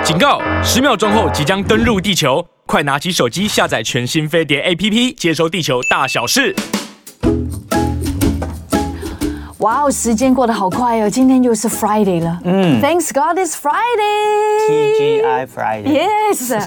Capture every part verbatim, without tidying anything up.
警告！十秒钟后即将登陆地球，快拿起手机下载全新飞碟 A P P， 接收地球大小事。 哇哦，时间过得好快哦！今天又是 Friday 了。嗯 ，Thanks God it's Friday。T G I Friday。Yes 。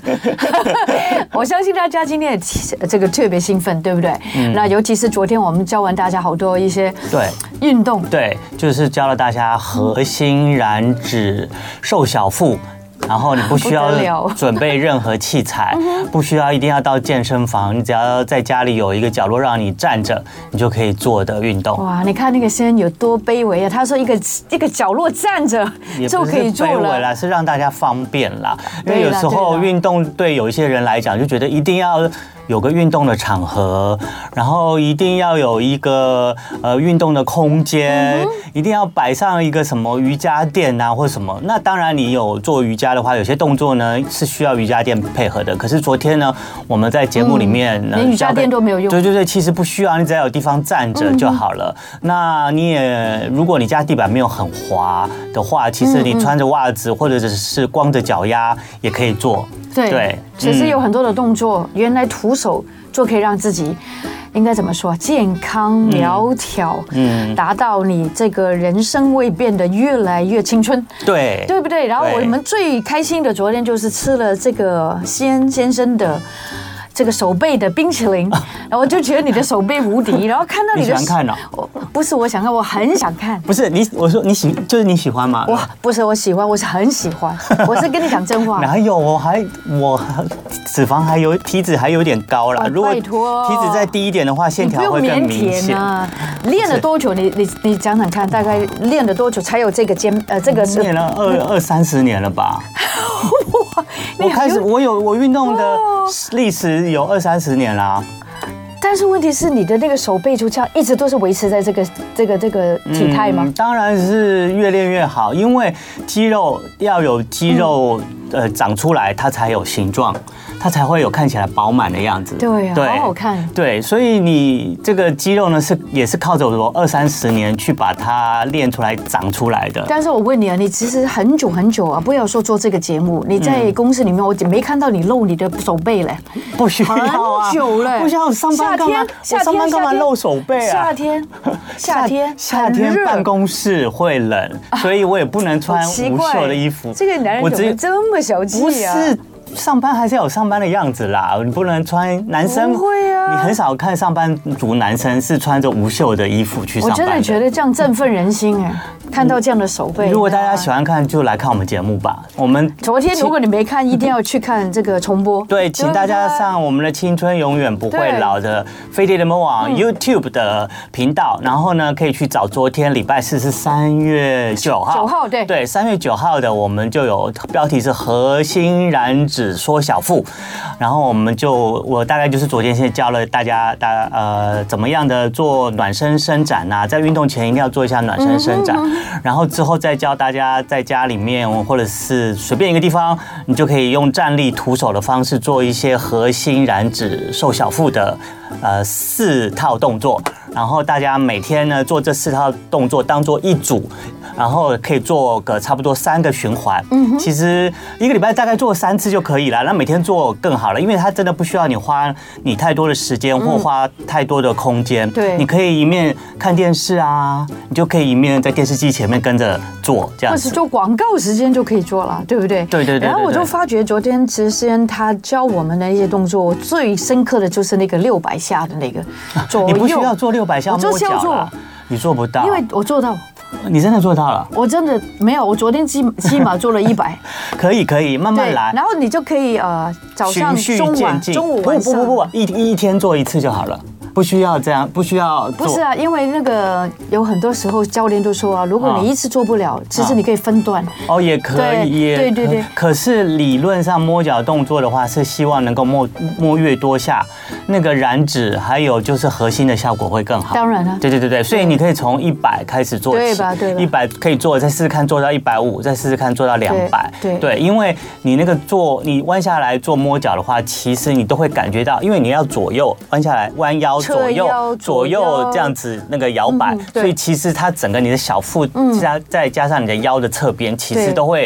我相信大家今天也这个特别兴奋，对不对？嗯。那尤其是昨天我们教完大家好多一些对运动， 对，就是教了大家核心燃脂瘦小腹。然后你不需要准备任何器材，不需要一定要到健身房，你只要在家里有一个角落让你站着，你就可以做的运动。 哇，你看那个先生有多卑微啊！他说一个一个角落站着就可以做了， 也不是卑微啦，是让大家方便啦。因为有时候运动对有一些人来讲，就觉得一定要有个运动的场合，然后一定要有一个呃运动的空间，嗯、一定要摆上一个什么瑜伽垫啊或什么。那当然，你有做瑜伽的话，有些动作呢是需要瑜伽垫配合的。可是昨天呢，我们在节目里面呢， 嗯、连瑜伽垫都没有用。 对对对，其实不需要，你只要有地方站着就好了。嗯、那你也，如果你家地板没有很滑的话，其实你穿着袜子或者是光着脚丫也可以做。 对，对其实有很多的动作，嗯、原来徒手就可以让自己应该怎么说，健康苗条，嗯，达到你这个人生会变得越来越青春， 对， 对不对？然后我们最开心的昨天就是吃了这个西恩先生的这个手背的冰淇淋，然后我就觉得你的手背无敌，然后看到你的， 你喜欢看哦？不是我想看，我很想看。 不是你，我说你喜就是你喜欢吗？ 哇，不是我喜欢，我是很喜欢，我是跟你讲真话。 哪有我还我脂肪还有体脂还有点高啦，如果体脂再低一点的话，线条会更明显啊。 练了多久？你你你讲讲看，大概练了多久才有这个肩呃这个？ 练了二二三十年了吧。我开始我有我运动的历史有二三十年啦。 但是问题是，你的那个手背就这样一直都是维持在这个这个这个体态吗？ 嗯、当然是越练越好，因为肌肉要有肌肉、嗯、呃长出来，它才有形状，它才会有看起来饱满的样子。 对啊，好好看。 对，所以你这个肌肉呢是也是靠着我二三十年去把它练出来、长出来的。 但是我问你啊，你其实很久很久啊，不要说做这个节目，你在公司里面，我没看到你露你的手背嘞。 不需要啊， 很久了， 不需要上班。夏天，夏天，上班干嘛露手背啊？ 夏天，夏天， 夏天办公室会冷，所以我也不能穿无袖的衣服。 这个男人怎么这么小气啊？ 不是。上班还是要有上班的样子啦，你不能穿男生。 不会啊， 你很少看上班族男生是穿着无袖的衣服去上班的。 我真的觉得这样振奋人心哎，看到这样的手背。 如果大家喜欢看，就来看我们节目吧。我们昨天如果你没看，一定要去看这个重播。 对，请大家上我们的青春永远不会老的飞碟联盟网 YouTube 的频道，然后呢可以去找昨天礼拜四是三月九号， 九号对对，三月九号的我们就有标题是核心燃脂缩小腹，然后我们就我大概就是昨天先教了大家大呃怎么样的做暖身伸展啊，在运动前一定要做一下暖身伸展，然后之后再教大家在家里面或者是随便一个地方，你就可以用站立徒手的方式做一些核心燃脂瘦小腹的呃四套动作，然后大家每天呢做这四套动作当做一组，然后可以做个差不多三个循环。嗯，其实一个礼拜大概做三次就可以了，那每天做更好了，因为它真的不需要你花你太多的时间或花太多的空间。对，你可以一面看电视啊，你就可以一面在电视机前面跟着做这样子。 或是做广告时间就可以做了，对不对？ 对对 对, 对。 然后我就发觉昨天其实先他教我们的一些动作，我最深刻的就是那个六百下的那个左右。 你不需要做六百下摸脚了，你做不到， 因为我做到。 你真的做到了？ 我真的没有，我昨天起起码做了一百。 可以可以，慢慢来。 然后你就可以呃早上、中晚、中午、晚上， 不不不不，一一天做一次就好了。不需要这样，不需要做。 不是啊，因为那个有很多时候教练都说啊，如果你一次做不了，其实你可以分段。 哦，也可以， 对对对。 可是理论上摸脚动作的话，是希望能够摸摸越多下，那个燃脂还有就是核心的效果会更好。 当然了。 对对对对，所以你可以从一百开始做起， 对吧？对吧？ 一百可以做，再试试看做到一百五，再试试看做到两百。 对对，因为你那个做你弯下来做摸脚的话，其实你都会感觉到，因为你要左右弯下来，弯腰左右。左右这样子那个摇摆，所以其实它整个你的小腹加再加上你的腰的侧边，其实都会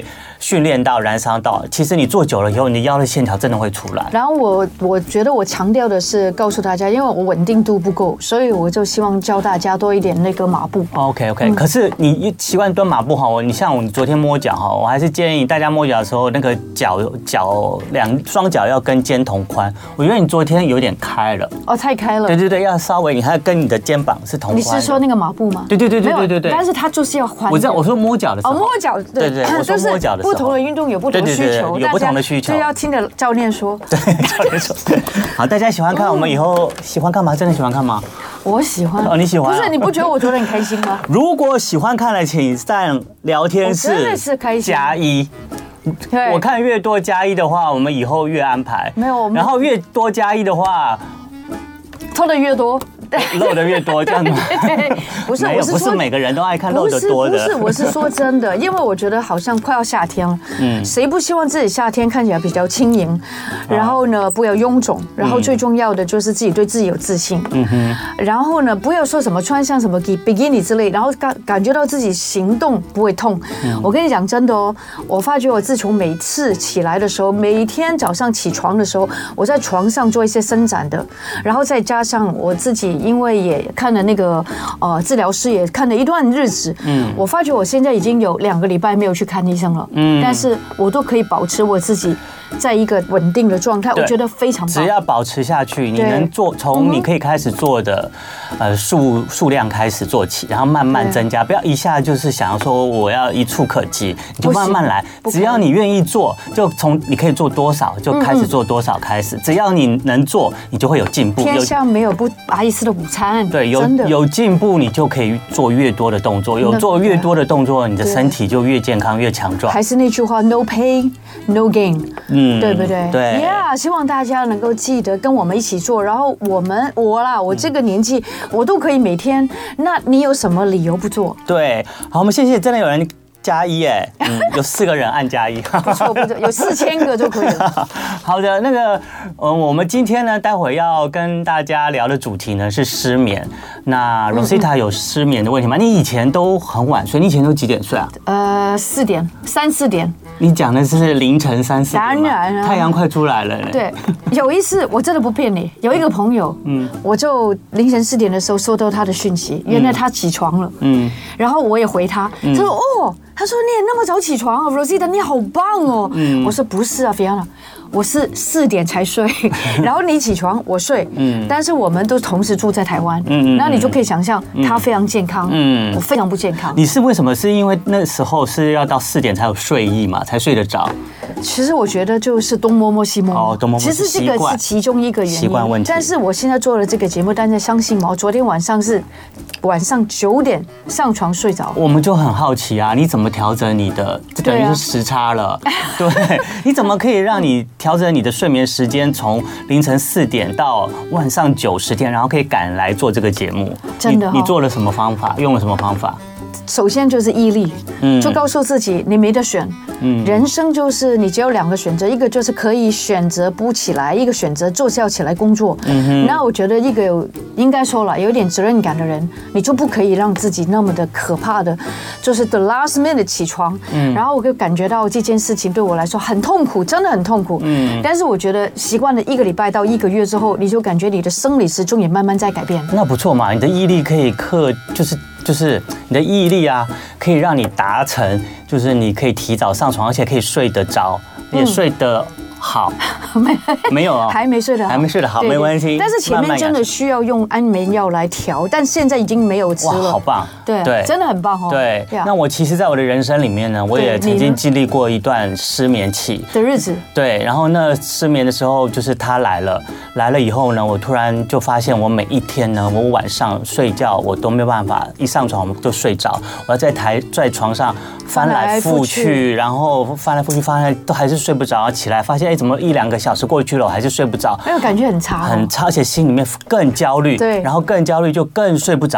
训练到、燃烧到，其实你做久了以后，你的腰的线条真的会出来。 然后我我觉得我强调的是告诉大家，因为我稳定度不够，所以我就希望教大家多一点那个马步。 OK OK，、嗯、可是你一习惯蹲马步哈，你像我昨天摸脚哈，我还是建议大家摸脚的时候，那个脚脚两双脚要跟肩同宽。我觉得你昨天有点开了， 哦，太开了。 对对对，要稍微你还要跟你的肩膀是同宽。 你是说那个马步吗？ 对对对对对对对。 但是它就是要宽。 我知道，我说摸脚的时候。 哦，摸脚， 对对对，我说摸脚的时候。 不同的运动有不同的需求， 对对对，有不同的需求， 就要听着教练说。 对，教练说。好，大家喜欢看我们以后喜欢看吗？真的喜欢看吗？ 我喜欢。 哦，你喜欢？ 不是，你不觉得我觉得很开心吗？ 如果喜欢看的，请上聊天室真的是开心加一。我看越多加一的话，我们以后越安排。 没有， 然后越多加一的话， 偷的越多。 漏的越多，这样吗？ 对对对，不是， 我是不是每个人都爱看漏的多的。 不是，不是，我是说真的，因为我觉得好像快要夏天了，嗯，谁不希望自己夏天看起来比较轻盈，然后呢不要臃肿，然后最重要的就是自己对自己有自信，嗯哼，然后呢不要说什么穿上什么比基尼之类，然后感感觉到自己行动不会痛。嗯、我跟你讲真的哦，我发觉我自从每次起来的时候，每一天早上起床的时候，我在床上做一些伸展的，然后再加上我自己。因为也看了那个呃治疗师也看了一段日子，嗯，我发觉我现在已经有两个礼拜没有去看医生了，嗯，但是我都可以保持我自己在一个稳定的状态，我觉得非常棒。 只要保持下去，你能做从你可以开始做的呃数数量开始做起，然后慢慢增加，不要一下就是想要说我要一触可及，你就慢慢来。只要你愿意做，就从你可以做多少就开始做多少开始，只要你能做，你就会有进步。 天下没有不阿姨吃的午餐， 对，有有进步，你就可以做越多的动作，有做越多的动作，你的身体就越健康越强壮。 还是那句话 ，no pain no gain， 嗯，对不对？ 对呀，希望大家能够记得跟我们一起做，然后我们我啦，我这个年纪我都可以每天，那你有什么理由不做？ 对，好，我们谢谢，真的有人。加一哎，嗯，有四个人按加一， 不错不错，有四千个就可以了。 好的，那个，嗯，我们今天呢，待会要跟大家聊的主题呢是失眠。那 Rosita 有失眠的问题吗？你以前都很晚睡，你以前都几点睡啊？ 呃，四点，三四点。 你讲的是凌晨三四点吗？ 当然了， 太阳快出来了。 对，有一次我真的不骗你，有一个朋友，嗯，我就凌晨四点的时候收到他的讯息，原来他起床了，嗯，然后我也回他，他说哦。他说：“你也那么早起床啊 ，Rosita， 你好棒哦。嗯”我说：“不是啊 ，Fiona， 我是四点才睡，然后你起床，我睡。嗯，但是我们都同时住在台湾，嗯，那你就可以想象他非常健康，嗯，我非常不健康。 你是为什么？是因为那时候是要到四点才有睡意嘛，才睡得着？ 其实我觉得就是东摸摸西摸摸， 哦，东摸摸。 其实这个是其中一个原因， 习惯问题。 但是我现在做了这个节目，大家相信吗？我昨天晚上是晚上九点上床睡着。 我们就很好奇啊，你怎么调整你的？这等于是时差了，对，你怎么可以让你调整你的睡眠时间，从凌晨四点到晚上九十天，然后可以赶来做这个节目？ 真的、哦， 你做了什么方法？用了什么方法？ 首先就是毅力，嗯，就告诉自己你没得选，嗯，人生就是你只有两个选择，一个就是可以选择不起来，一个选择就是要起来工作。嗯哼，那我觉得一个有应该说了有点责任感的人，你就不可以让自己那么的可怕的，就是 the last minute 起床，嗯，然后我就感觉到这件事情对我来说很痛苦，真的很痛苦，嗯，但是我觉得习惯了一个礼拜到一个月之后，你就感觉你的生理时钟也慢慢在改变。 那不错嘛，你的毅力可以克，就是。就是你的毅力啊，可以让你达成，就是你可以提早上床，而且可以睡得着，也睡得好。 没没有啊， 还没睡得好， 还没睡得好，没关系。 但是前面真的需要用安眠药来调，但现在已经没有吃了。 哇，好棒！ 对对，真的很棒哦。 对，那我其实，在我的人生里面呢，我也曾经经历过一段失眠期的日子。 对，然后那失眠的时候，就是他来了，来了以后呢，我突然就发现，我每一天呢，我晚上睡觉我都没有办法，一上床就睡着，我要在台在床上翻来覆去，然后翻来覆去，翻来都还是睡不着，起来发现哎，怎么一两个小时过去了，我还是睡不着， 那个感觉很差， 很差，而且心里面更焦虑， 对， 然后更焦虑就更睡不着，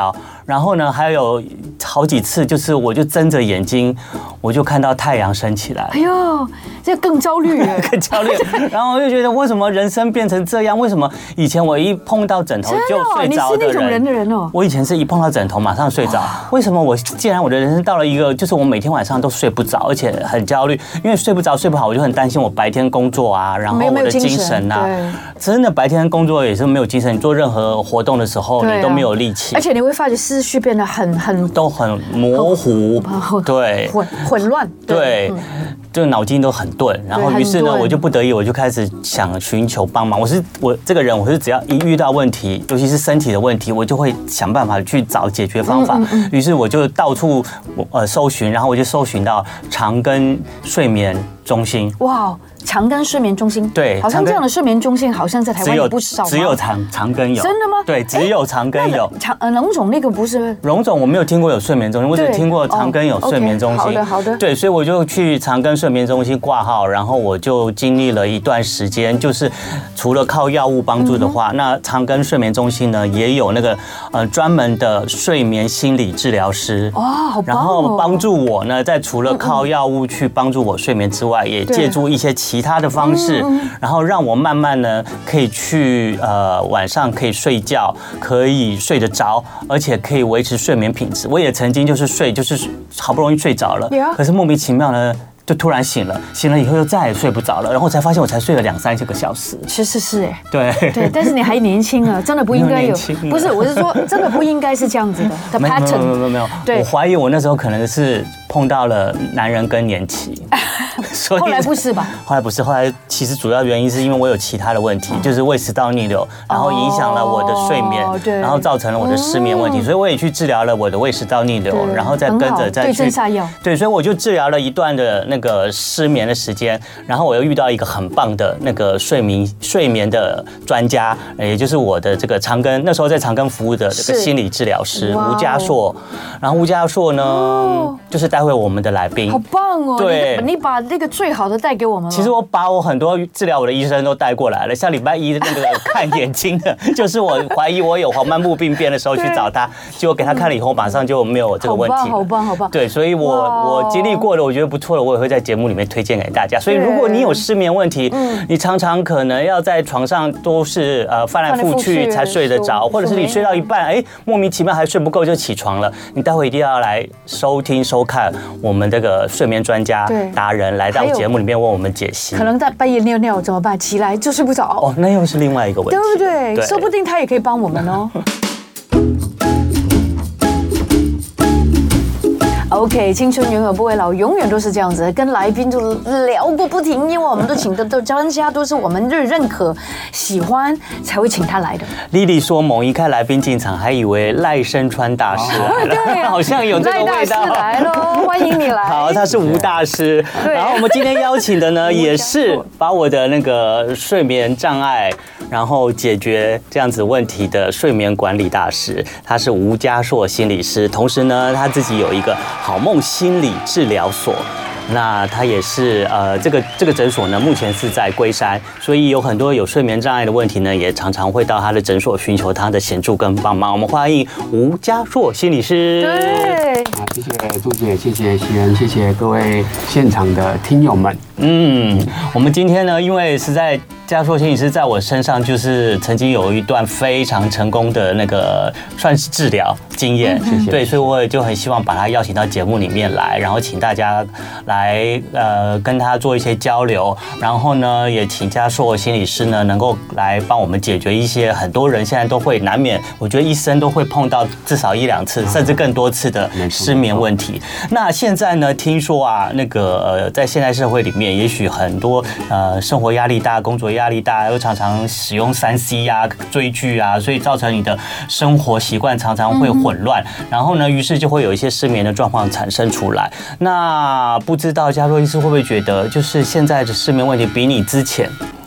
然后呢，还有好几次，就是我就睁着眼睛，我就看到太阳升起来。 哎呦，这更焦虑了， 更焦虑。然后我就觉得，为什么人生变成这样？为什么以前我一碰到枕头就睡着的人？ 你是那种人的人哦。 我以前是一碰到枕头马上睡着。为什么我既然我的人生到了一个，就是我每天晚上都睡不着，而且很焦虑，因为睡不着睡不好，我就很担心我白天工作啊，然后我的精神啊，真的白天工作也是没有精神，你做任何活动的时候你都没有力气， 而且你会发觉思绪变得很很都很模糊，对， 混混乱， 对。就脑筋都很钝，然后于是呢，我就不得已，我就开始想寻求帮忙。我是我这个人，我是只要一遇到问题，尤其是身体的问题，我就会想办法去找解决方法。于是我就到处呃搜寻，然后我就搜寻到长庚睡眠中心。 哇！长庚睡眠中心， 对， 好像这样的睡眠中心好像在台湾有不少， 只有长长庚有， 真的吗？ 对，只有长庚有。 长呃荣总那个不是？ 荣总我没有听过有睡眠中心，我只听过长庚有睡眠中心。 好的好的。 对，所以我就去长庚睡眠中心挂号，然后我就经历了一段时间，就是除了靠药物帮助的话，那长庚睡眠中心呢也有那个呃专门的睡眠心理治疗师， 哇，好棒哦！ 然后帮助我呢，在除了靠药物去帮助我睡眠之外，也借助一些其他的方式。然后让我慢慢呢可以去呃晚上可以睡觉，可以睡得着，而且可以维持睡眠品质。我也曾经就是睡就是好不容易睡着了，可是莫名其妙呢就突然醒了，醒了以后又再也睡不着了，然后才发现我才睡了两三个小时。 是是是，哎， 对对，但是你还年轻啊，真的不应该有，不是，我是说真的不应该是这样子的的 pattern。 没有没有没有，对，我怀疑我那时候可能是碰到了男人更年期。所以后来不是吧？ 后来不是，后来其实主要原因是因为我有其他的问题，就是胃食道逆流，然后影响了我的睡眠，然后造成了我的失眠问题，所以我也去治疗了我的胃食道逆流，然后再跟着再去对症下药。 对，所以我就治疗了一段的那个失眠的时间，然后我又遇到一个很棒的那个睡眠睡眠的专家，也就是我的这个长庚那时候在长庚服务的这个心理治疗师吴家硕，然后吴家硕呢就是待会我们的来宾， 好棒哦！ 对， 你把那个最好的带给我们了。 其实我把我很多治疗我的医生都带过来了，像礼拜一的那个看眼睛的，就是我怀疑我有黄斑部病变的时候去找他，结果给他看了以后，马上就没有这个问题。 好棒，好棒，好棒！ 对，所以我我经历过的，我觉得不错的，我也会在节目里面推荐给大家。所以如果你有失眠问题，你常常可能要在床上都是呃翻来覆去才睡得着，或者是你睡到一半，哎，莫名其妙还睡不够就起床了，你待会一定要来收听收看我们这个睡眠专家达人来到节目里面为我们解析。 可能在半夜尿尿怎么办？起来就睡不着哦，那又是另外一个问题， 对不对？对，说不定他也可以帮我们哦。OK， 青春永远不会老，永远都是这样子，跟来宾就聊个不停，因为我们都请的都专家，都是我们认认可、喜欢才会请他来的。 莉莉说，猛一看来宾进场，还以为赖声川大师来了，对，好像有这个味道。 赖大师来喽，欢迎你来。 好，他是吴大师。然后我们今天邀请的呢，也是把我的那个睡眠障碍，然后解决这样子问题的睡眠管理大师，他是吴家硕心理师，同时呢，他自己有一个好梦心理治疗所。那他也是呃，这个这个诊所呢，目前是在龟山，所以有很多有睡眠障碍的问题呢，也常常会到他的诊所寻求他的协助跟帮忙。我们欢迎吴家硕心理师。 对， 啊，谢谢朱姐，谢谢希恩，谢谢各位现场的听友们。 嗯，我们今天呢，因为实在家硕心理师在我身上就是曾经有一段非常成功的那个算是治疗经验， 谢谢。 对，所以我也就很希望把他邀请到节目里面来，然后请大家来呃跟他做一些交流，然后呢也请家硕心理师呢能够来帮我们解决一些很多人现在都会难免，我觉得一生都会碰到至少一两次甚至更多次的失眠问题。那现在呢，听说啊，那个呃在现代社会里面，也许很多呃生活压力大、工作压力大，又常常使用三 C 啊、追剧啊，所以造成你的生活习惯常常会混乱，然后呢，于是就会有一些失眠的状况产生出来。那不知道家硕医师会不会觉得，就是现在的失眠问题比你之前？因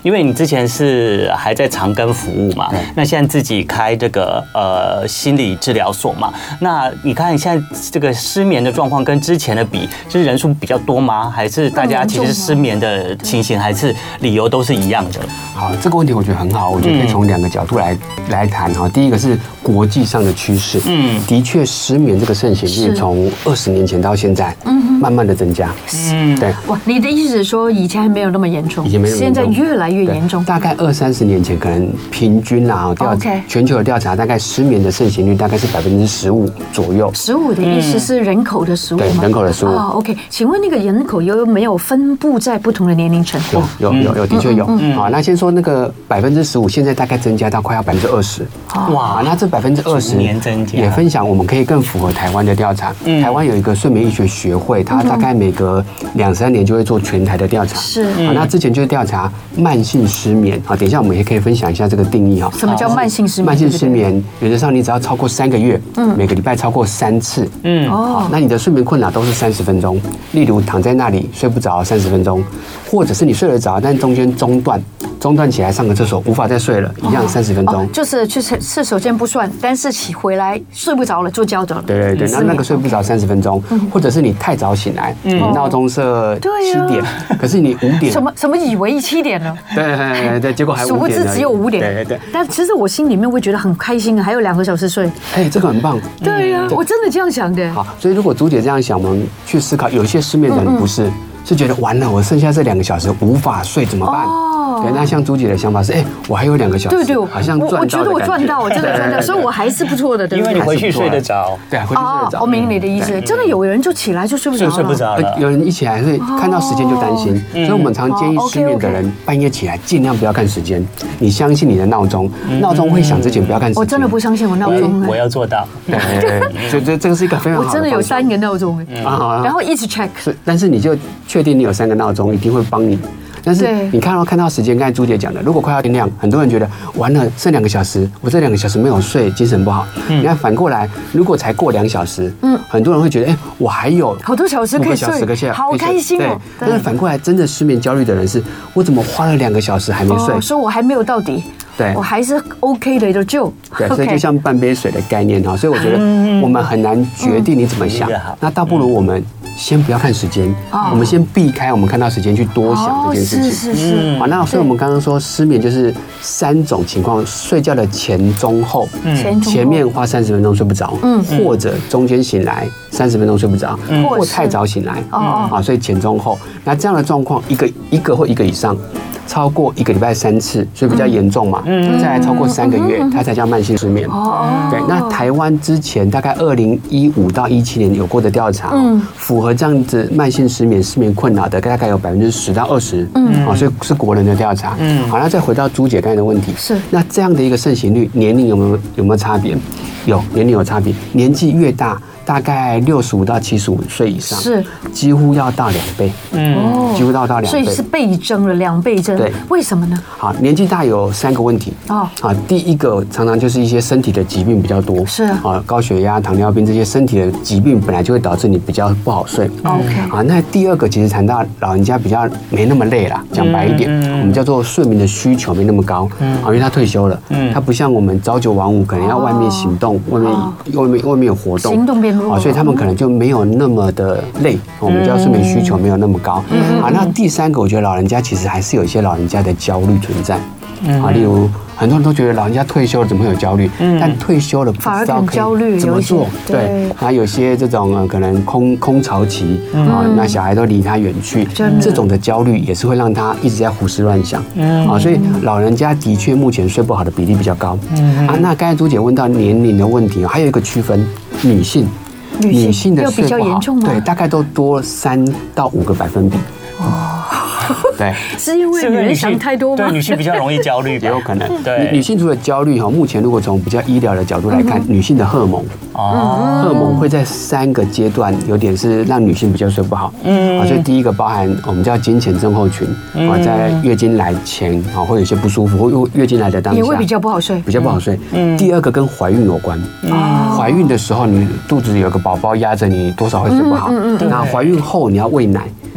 因为你之前是还在长庚服务嘛，那现在自己开这个呃心理治疗所嘛，那你看现在这个失眠的状况跟之前的比，就是人数比较多吗？还是大家其实失眠的情形还是理由都是一样的？ 好，这个问题我觉得很好，我觉得可以从两个角度来来谈哈。第一个是国际上的趋势，嗯，的确失眠这个盛行率从二十年前到现在，嗯，慢慢的增加，嗯，对。 哇，你的意思是说以前还没有那么严重， 以前没有那么严重， 现在越来越严重。 大概二三十年前，可能平均啊，调全球的调查，大概失眠的盛行率大概是百分之十五左右。 十五的意思是人口的十五吗？ 对，人口的十五。 哦 ，OK， 请问那个人口有没有分布在不同的年龄层？ 有有有有，的确有。好，那先说那个百分之十五，现在大概增加到快要百分之二十。哇，那这百分之二十年增加， 也分享我们可以更符合台湾的调查。台湾有一个睡眠医学学会，它大概每隔两三年就会做全台的调查。 是。 好，那之前就是调查慢性失眠。好，等一下我们也可以分享一下这个定义哈。 什么叫慢性失眠？ 慢性失眠原则上你只要超过三个月，每个礼拜超过三次，嗯，哦，那你的睡眠困扰都是三十分钟。例如躺在那里睡不着三十分钟，或者是你睡得着，但中间中断。中断起来上个厕所，无法再睡了，一样三十分钟、哦。 就是去厕所间不算，但是起回来睡不着了，就交着了。 对对对，那那个睡不着三十分钟，嗯、或者是你太早醒来，嗯、你闹钟设七点，啊、可是你五点。 什么什么以为七点了？ 对对对，结果还殊不知只有五点。 对对对。 但其实我心里面会觉得很开心啊，还有两个小时睡。 哎，这个很棒。 对呀、啊，我真的这样想的。 好，所以如果朱姐这样想，我们去思考，有些失眠人不是。嗯嗯是觉得完了，我剩下这两个小时无法睡怎么办？哦、对，那像朱姐的想法是，哎、欸，我还有两个小时， 对对， 好像赚到的感觉。 我觉得我赚到，我真的赚到，所以我还是不错的，对不对？ 因为你回去睡得着， 对，回去睡得着。 我明你的意思，真的有人就起来就睡不着了， 睡不着了。 有人一起来会看到时间就担心，所以我们常建议失眠的人半夜起来尽量不要看时间，你相信你的闹钟，闹钟会响之前不要看时间。 我真的不相信我闹钟， 我要做到。 对，所以这这个是一个非常好的。 我真的有三个闹钟，然后一直 check。 是，但是你就确定你有三个闹钟。一定会帮你，但是你看到看到时间，刚才朱姐讲的，如果快要天亮，很多人觉得完了，剩两个小时，我这两个小时没有睡，精神不好。嗯、你看反过来，如果才过两小时，嗯，很多人会觉得，哎、欸，我还有好多小时可以睡，好开心哦。 但是反过来，真的失眠焦虑的人是，我怎么花了两个小时还没睡？ 哦、说我还没有到底。 对， 我还是 OK 的，就救。 对，所以就像半杯水的概念哈，所以我觉得我们很难决定你怎么想，那倒不如我们先不要看时间，我们先避开我们看到时间去多想这件事情。 是是是。 好，那所以我们刚刚说失眠就是三种情况：睡觉的前、中、后。嗯。前面花三十分钟睡不着，嗯，或者中间醒来三十分钟睡不着，嗯，或太早醒来，哦，啊，所以前、中、后。那这样的状况，一个一个或一个以上。超过一个礼拜三次，所以比较严重嘛。嗯，再来超过三个月，它才叫慢性失眠。哦，对。那台湾之前大概二零一五到一七年有过的调查，嗯，符合这样子慢性失眠、失眠困扰的大概有百分之十到二十。嗯，啊，所以是国人的调查。嗯，好，那再回到朱姐刚才的问题， 是那这样的一个盛行率，年龄有没有有没有差别？有，年龄有差别，年纪越大。大概六十五到七十五岁以上， 是几乎要到两倍，嗯，几乎到到两倍， 所以是倍增了，两倍增。 对， 为什么呢？ 好，年纪大有三个问题哦。啊，第一个常常就是一些身体的疾病比较多， 是啊，高血压、糖尿病这些身体的疾病本来就会导致你比较不好睡。 OK， 啊，那第二个其实谈到老人家比较没那么累啦，讲白一点，我们叫做睡眠的需求没那么高，啊，因为他退休了，嗯，他不像我们朝九晚五，可能要外面行动，外面外面外面有活动， 行动变弱， 啊，所以他们可能就没有那么的累，我们叫睡眠需求没有那么高。嗯、啊，那第三个，我觉得老人家其实还是有一些老人家的焦虑存在。嗯、啊，例如很多人都觉得老人家退休了怎么会有焦虑？嗯、但退休了不知道可以怎么做。对，啊，有些这种呃可能空空巢期啊，那小孩都离他远去，这种的焦虑也是会让他一直在胡思乱想。嗯、啊，所以老人家的确目前睡不好的比例比较高。嗯、啊，那刚才朱姐问到年龄的问题，还有一个区分，女性。女性的睡不好， 比较严重吗？ 对，大概都多三到五个百分比。哦，对， 是因为女人想太多吗？ 对，女性比较容易焦虑， 也有可能。 对， 女性除了焦虑哈，目前如果从比较医疗的角度来看，女性的荷尔蒙，哦，荷尔蒙会在三个阶段有点是让女性比较睡不好。嗯，啊，所以第一个包含我们叫经前症候群，啊，在月经来前啊会有些不舒服，或月经来的当下也会比较不好睡， 比较不好睡。嗯，第二个跟怀孕有关。啊，怀孕的时候你肚子有个宝宝压着你，多少会睡不好。嗯嗯。那怀孕后你要喂奶。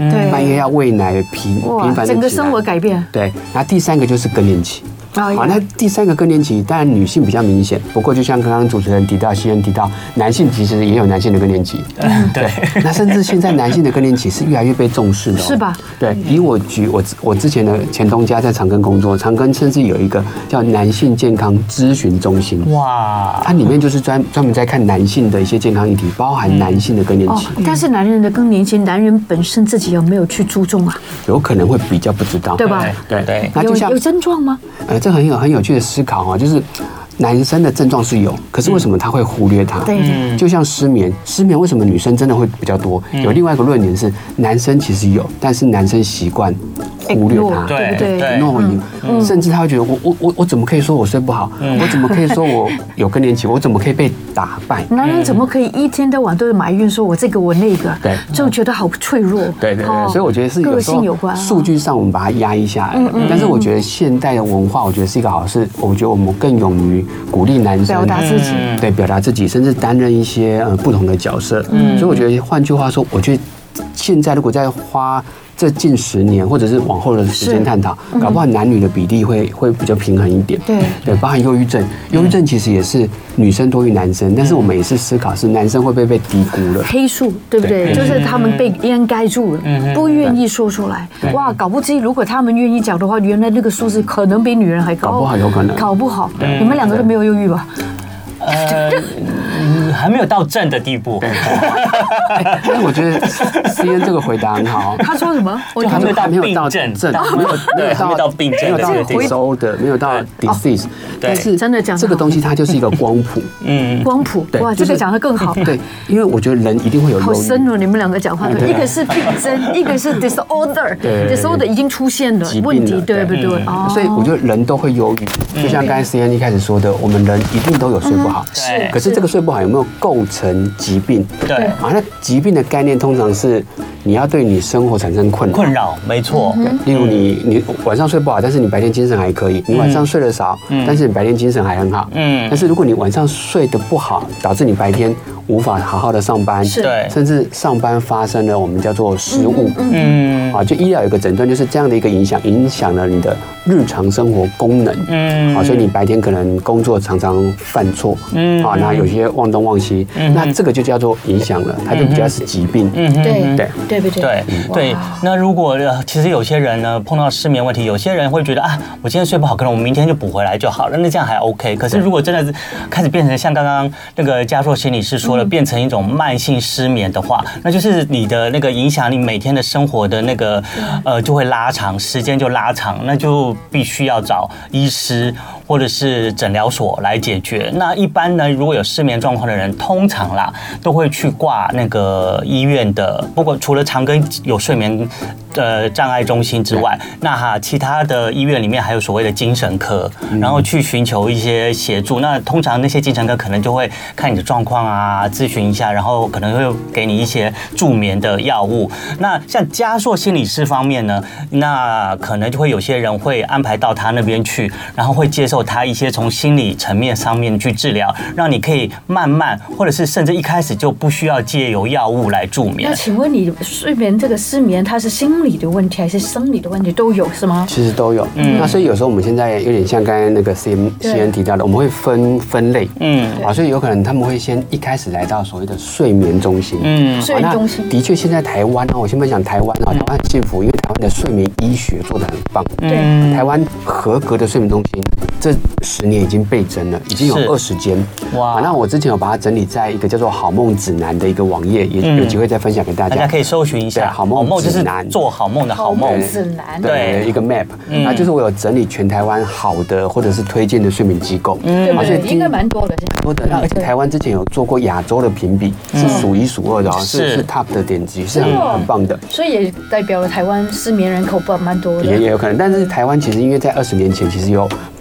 对， 半夜要喂奶频频繁的， 整个生活改变。 对，然后第三个就是更年期。 好， 那第三个更年期，当然女性比较明显，不过就像刚刚主持人提到，西恩提到，男性其实也有男性的更年期。 嗯，对。 那甚至现在男性的更年期是越来越被重视的， 是吧？ 对，以我举我我之前的前东家在长庚工作，长庚甚至有一个叫男性健康咨询中心。哇，它里面就是专专门在看男性的一些健康议题，包含男性的更年期。 但是男人的更年期，男人本身自己有没有去注重啊？ 有可能会比较不知道， 对吧？ 对对。 那就像有症状吗？ 呃，这很有很有趣的思考哈，就是男生的症状是有，可是为什么他会忽略它？ 对对， 就像失眠，失眠为什么女生真的会比较多？有另外一个论点是，男生其实有，但是男生习惯忽略它， 对不对？ 诺言，甚至他会觉得我我我我怎么可以说我睡不好？我怎么可以说我有更年期？我怎么可以被打败？ 男人怎么可以一天到晚都是埋怨说我这个我那个？ 对， 就觉得好脆弱。 对对对，所以我觉得是个性有关。 数据上我们把它压抑下来，但是我觉得现代的文化，我觉得是一个好事。我觉得我们更勇于鼓励男生表达自己， 对，表达自己，甚至担任一些呃不同的角色。所以我觉得，换句话说，我觉得现在如果再花这近十年，或者是往后的时间探讨，搞不好男女的比例会会比较平衡一点。 对对，包含忧郁症，忧郁症其实也是女生多于男生，但是我们也是思考是男生会不会被低估了？ 黑数对不对？就是他们被掩盖住了，不愿意说出来。哇，搞不清如果他们愿意讲的话，原来那个数字可能比女人还高。 搞不好有可能， 搞不好。你们两个都没有忧郁吧？ 呃，还没有到正的地步。 但是我觉得 C N 这个回答很好。 他说什么？ 我还没有到病症， 正没有没有到病症， 没有到 disorder， 没有到 disease。但是真的讲这个东西，它就是一个光谱。 嗯，光谱。哇，这个讲得更好。 对，因为我觉得人一定会有忧郁。 好深哦，你们两个讲话，一个是病症，一个是 disorder。disorder 已经出现了问题，对不对？ 所以我觉得人都会忧郁，就像刚才 C N 一开始说的，我们人一定都有睡不好。 是， 可是这个睡不好有没有构成疾病？ 对啊，那疾病的概念通常是你要对你生活产生困扰。 困扰，没错。 例如你你晚上睡不好，但是你白天精神还可以；你晚上睡得少，但是你白天精神还很好。嗯。但是如果你晚上睡得不好，导致你白天无法好好的上班， 对， 甚至上班发生了我们叫做失误。嗯。啊，就医疗有一个诊断，就是这样的一个影响，影响了你的日常生活功能。嗯。啊，所以你白天可能工作常常犯错。嗯。啊，那有些忘东忘西，那这个就叫做影响了，它就比较是疾病。 嗯，对对对不对？ 对对。那如果其实有些人呢碰到失眠问题，有些人会觉得啊，我今天睡不好，可能我明天就补回来就好了，那这样还 OK。可是如果真的是开始变成像刚刚那个嘉硕心理师说了，变成一种慢性失眠的话，那就是你的那个影响你每天的生活的那个呃就会拉长，时间就拉长，那就必须要找医师或者是诊疗所来解决。那一般呢，如果有失眠状况的人，通常啦都会去挂那个医院的，不过除了长庚有睡眠呃障碍中心之外，那哈其他的医院里面还有所谓的精神科，然后去寻求一些协助。那通常那些精神科可能就会看你的状况啊，咨询一下，然后可能会给你一些助眠的药物。那像嘉硕心理师方面呢，那可能就会有些人会安排到他那边去，然后会接受他一些从心理层面上面去治疗，让你可以慢慢，或者是甚至一开始就不需要借由药物来助眠。 那请问你睡眠这个失眠，它是心理的问题还是生理的问题都有是吗？ 其实都有。嗯，那所以有时候我们现在有点像刚才那个 C N C N 提到的，我们会分分类。嗯，啊，所以有可能他们会先一开始来到所谓的睡眠中心。嗯， 睡眠中心。 的确，现在台湾啊，我先不讲台湾啊，台湾很幸福，因为台湾的睡眠医学做得很棒。 对， 台湾合格的睡眠中心，这十年已经倍增了，已经有二十间。哇！那我之前有把它整理在一个叫做好梦指南的一个网页，也有机会再分享给大家。 大家可以搜寻一下好梦指南，做好梦的好梦指南。 对，一个 map， 那就是我有整理全台湾好的或者是推荐的睡眠机构。 嗯，而且应该蛮多的， 蛮多的。而且台湾之前有做过亚洲的评比，是数一数二的，是是 top 的点击，是很很棒的。 所以也代表了台湾失眠人口不蛮多的。 也也有可能，但是台湾其实因为在二十年前其实有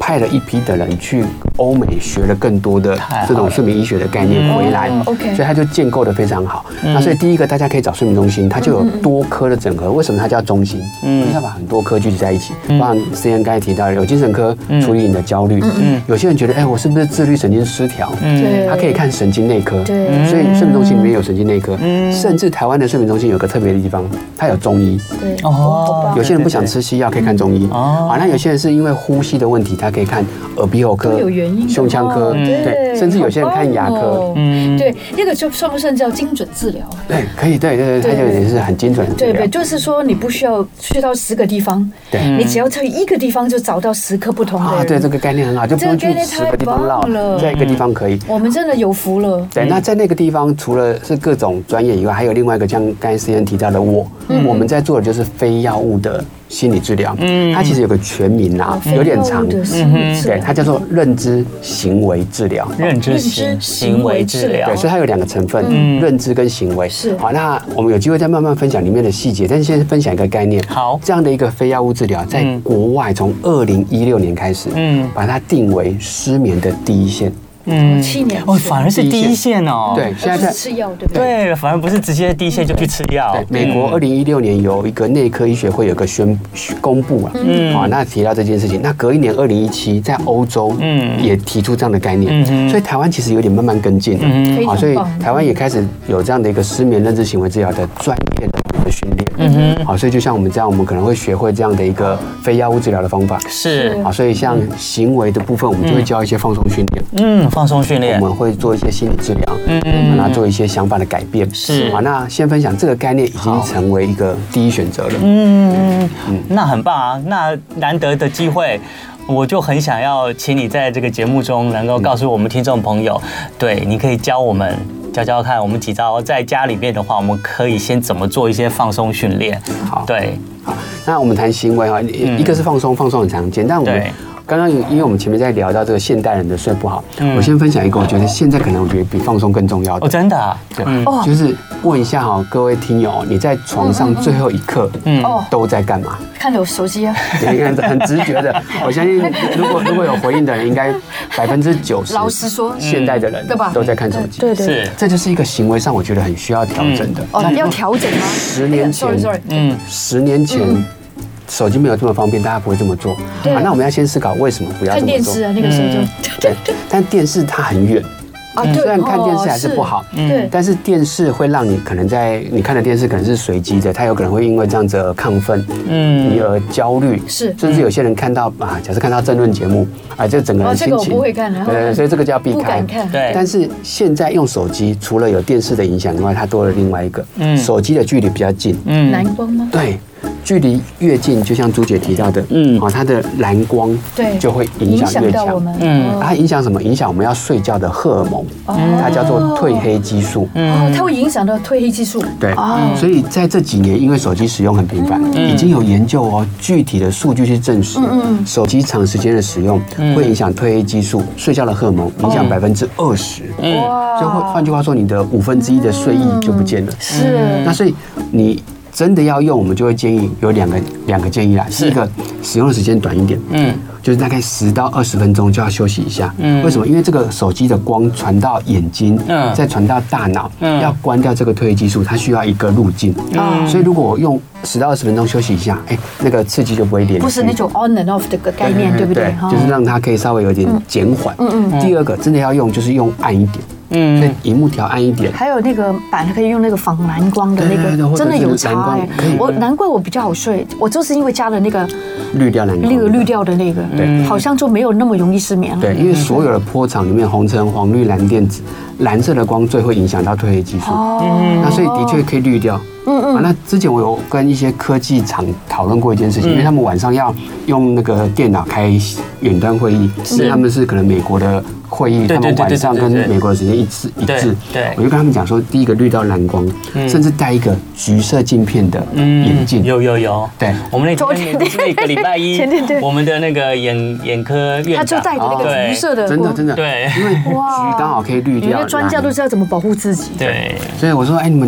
派了一批的人去欧美学了更多的这种睡眠医学的概念回来， 嗯 OK 所以它就建构的非常好。那所以第一个大家可以找睡眠中心，它就有多科的整合。为什么它叫中心？因为它把很多科聚集在一起，包含 C N 刚才提到的有精神科处理你的焦虑，有些人觉得哎我是不是自律神经失调？ 对， 他可以看神经内科， 对， 所以睡眠中心里面有神经内科，甚至台湾的睡眠中心有个特别的地方，它有中医。 对哦， 有些人不想吃西药，可以看中医。哦，好，那有些人是因为呼吸的问题，他可以看耳鼻喉科、 有原因的胸腔科，对，甚至有些人看牙科。 嗯，对，那个就算不算叫精准治疗？ 对，可以，对对对，它就也是很精准的治疗。 对对，就是说你不需要去到十个地方，对，你只要在一个地方就找到十颗不同的人。 啊，对，这个概念很好，就不用去十个地方绕，在一个地方可以。 我们真的有福了。 对，那在那个地方，除了是各种专业以外，还有另外一个像刚才思妍提到的我，我们在做的就是非药物的心理治疗。嗯，它其实有个全名啊，有点长。对，它叫做认知行为治疗。 认知行行为治疗。 对，所以它有两个成分，认知跟行为。是。好，那我们有机会再慢慢分享里面的细节，但是先分享一个概念。 好， 这样的一个非药物治疗，在国外从二零一六年开始，嗯，把它定为失眠的第一线。 嗯，七年哦，反而是第一线哦。 对，现在在吃药，对不对？ 对，反而不是直接第一线就去吃药。 对，美国二零一六年有一个内科医学会有个宣公布啊，嗯，啊，那提到这件事情，那隔一年二零一七在欧洲，嗯，也提出这样的概念，嗯，所以台湾其实有点慢慢跟进了，嗯，啊，所以台湾也开始有这样的一个失眠认知行为治疗的专业的训练，嗯哼，好，所以就像我们这样，我们可能会学会这样的一个非药物治疗的方法， 是， 好，所以像行为的部分，我们就会教一些放松训练， 嗯，放松训练， 我们会做一些心理治疗，嗯嗯，让他做一些想法的改变， 是， 好，那先分享这个概念已经成为一个第一选择了， 嗯嗯嗯，那很棒啊，那难得的机会。我就很想要请你在这个节目中能够告诉我们听众朋友，对，你可以教我们教教看，我们几招在家里面的话，我们可以先怎么做一些放松训练。 好， 对， 好，那我们谈行为哈，一个是放松，放松很常见，但我们刚刚因为我们前面在聊到这个现代人的睡不好，我先分享一个，我觉得现在可能我觉得比放松更重要的。 哦，真的啊？ 对，就是问一下哈，各位听友，你在床上最后一刻，嗯，都在干嘛？ 看有手机啊。 你看很直觉的，我相信如果如果有回应的人，应该百分之九十， 老实说， 现代的人对吧，都在看手机。 对对， 是， 这就是一个行为上我觉得很需要调整的。 哦，要调整吗？ 十年前，嗯，十年前。手机没有这么方便，大家不会这么做。啊，那我们要先思考为什么不要这么做。 看电视啊，那个时候就对，但电视它很远。啊，虽然看电视还是不好，对，但是电视会让你可能在你看的电视可能是随机的，它有可能会因为这样子而亢奋，嗯，而焦虑，是，甚至有些人看到啊，假设看到政论节目啊，这整个人心情， 这个我不会看的， 对，所以这个就要避开， 不敢看， 对。 但是现在用手机，除了有电视的影响以外，它多了另外一个，嗯，手机的距离比较近， 嗯，蓝光吗？ 对。距离越近，就像朱姐提到的，嗯，啊，它的蓝光对就会影响越强，嗯，它影响什么？影响我们要睡觉的荷尔蒙，它叫做褪黑激素， 哦，它会影响到褪黑激素， 对，所以在这几年，因为手机使用很频繁，已经有研究哦，具体的数据去证实，嗯，手机长时间的使用会影响褪黑激素，睡觉的荷尔蒙影响百分之二十，哇，所以换换句话说，你的五分之一的睡意就不见了， 是， 那所以你。真的要用，我们就会建议有两个两个建议啦。第一个，使用的时间短一点，嗯，就是大概十到二十分钟就要休息一下。嗯，为什么？因为这个手机的光传到眼睛，嗯，再传到大脑，嗯，要关掉这个褪黑激素，它需要一个路径。嗯，所以如果我用十到二十分钟休息一下，哎，那个刺激就不会连续。 不是那种 on and off 的个概念，对不对？ 就是让它可以稍微有点减缓。嗯嗯。第二个，真的要用，就是用暗一点。嗯，所以荧幕调暗一点， 还有那个板可以用那个防蓝光的那个，真的有差哎。我难怪我比较好睡，我就是因为加了那个滤掉蓝光， 那个滤掉的那个，对，好像就没有那么容易失眠了。 对，因为所有的波长里面，红橙黄绿蓝靛紫，蓝色的光最会影响到褪黑激素，那所以的确可以滤掉。嗯嗯，那之前我有跟一些科技厂讨论过一件事情，因为他们晚上要用那个电脑开远端会议，是他们是可能美国的会议，他们晚上跟美国的时间一致一致。对，我就跟他们讲说，第一个滤到蓝光，甚至戴一个橘色镜片的眼镜。 有有有， 对， 我们那天那个礼拜一，我们的那个眼眼科院长他就戴着那个橘色的， 真的真的， 对， 因为橘刚好可以滤掉。 因为专家都知道怎么保护自己。 对， 所以我说，哎，你们就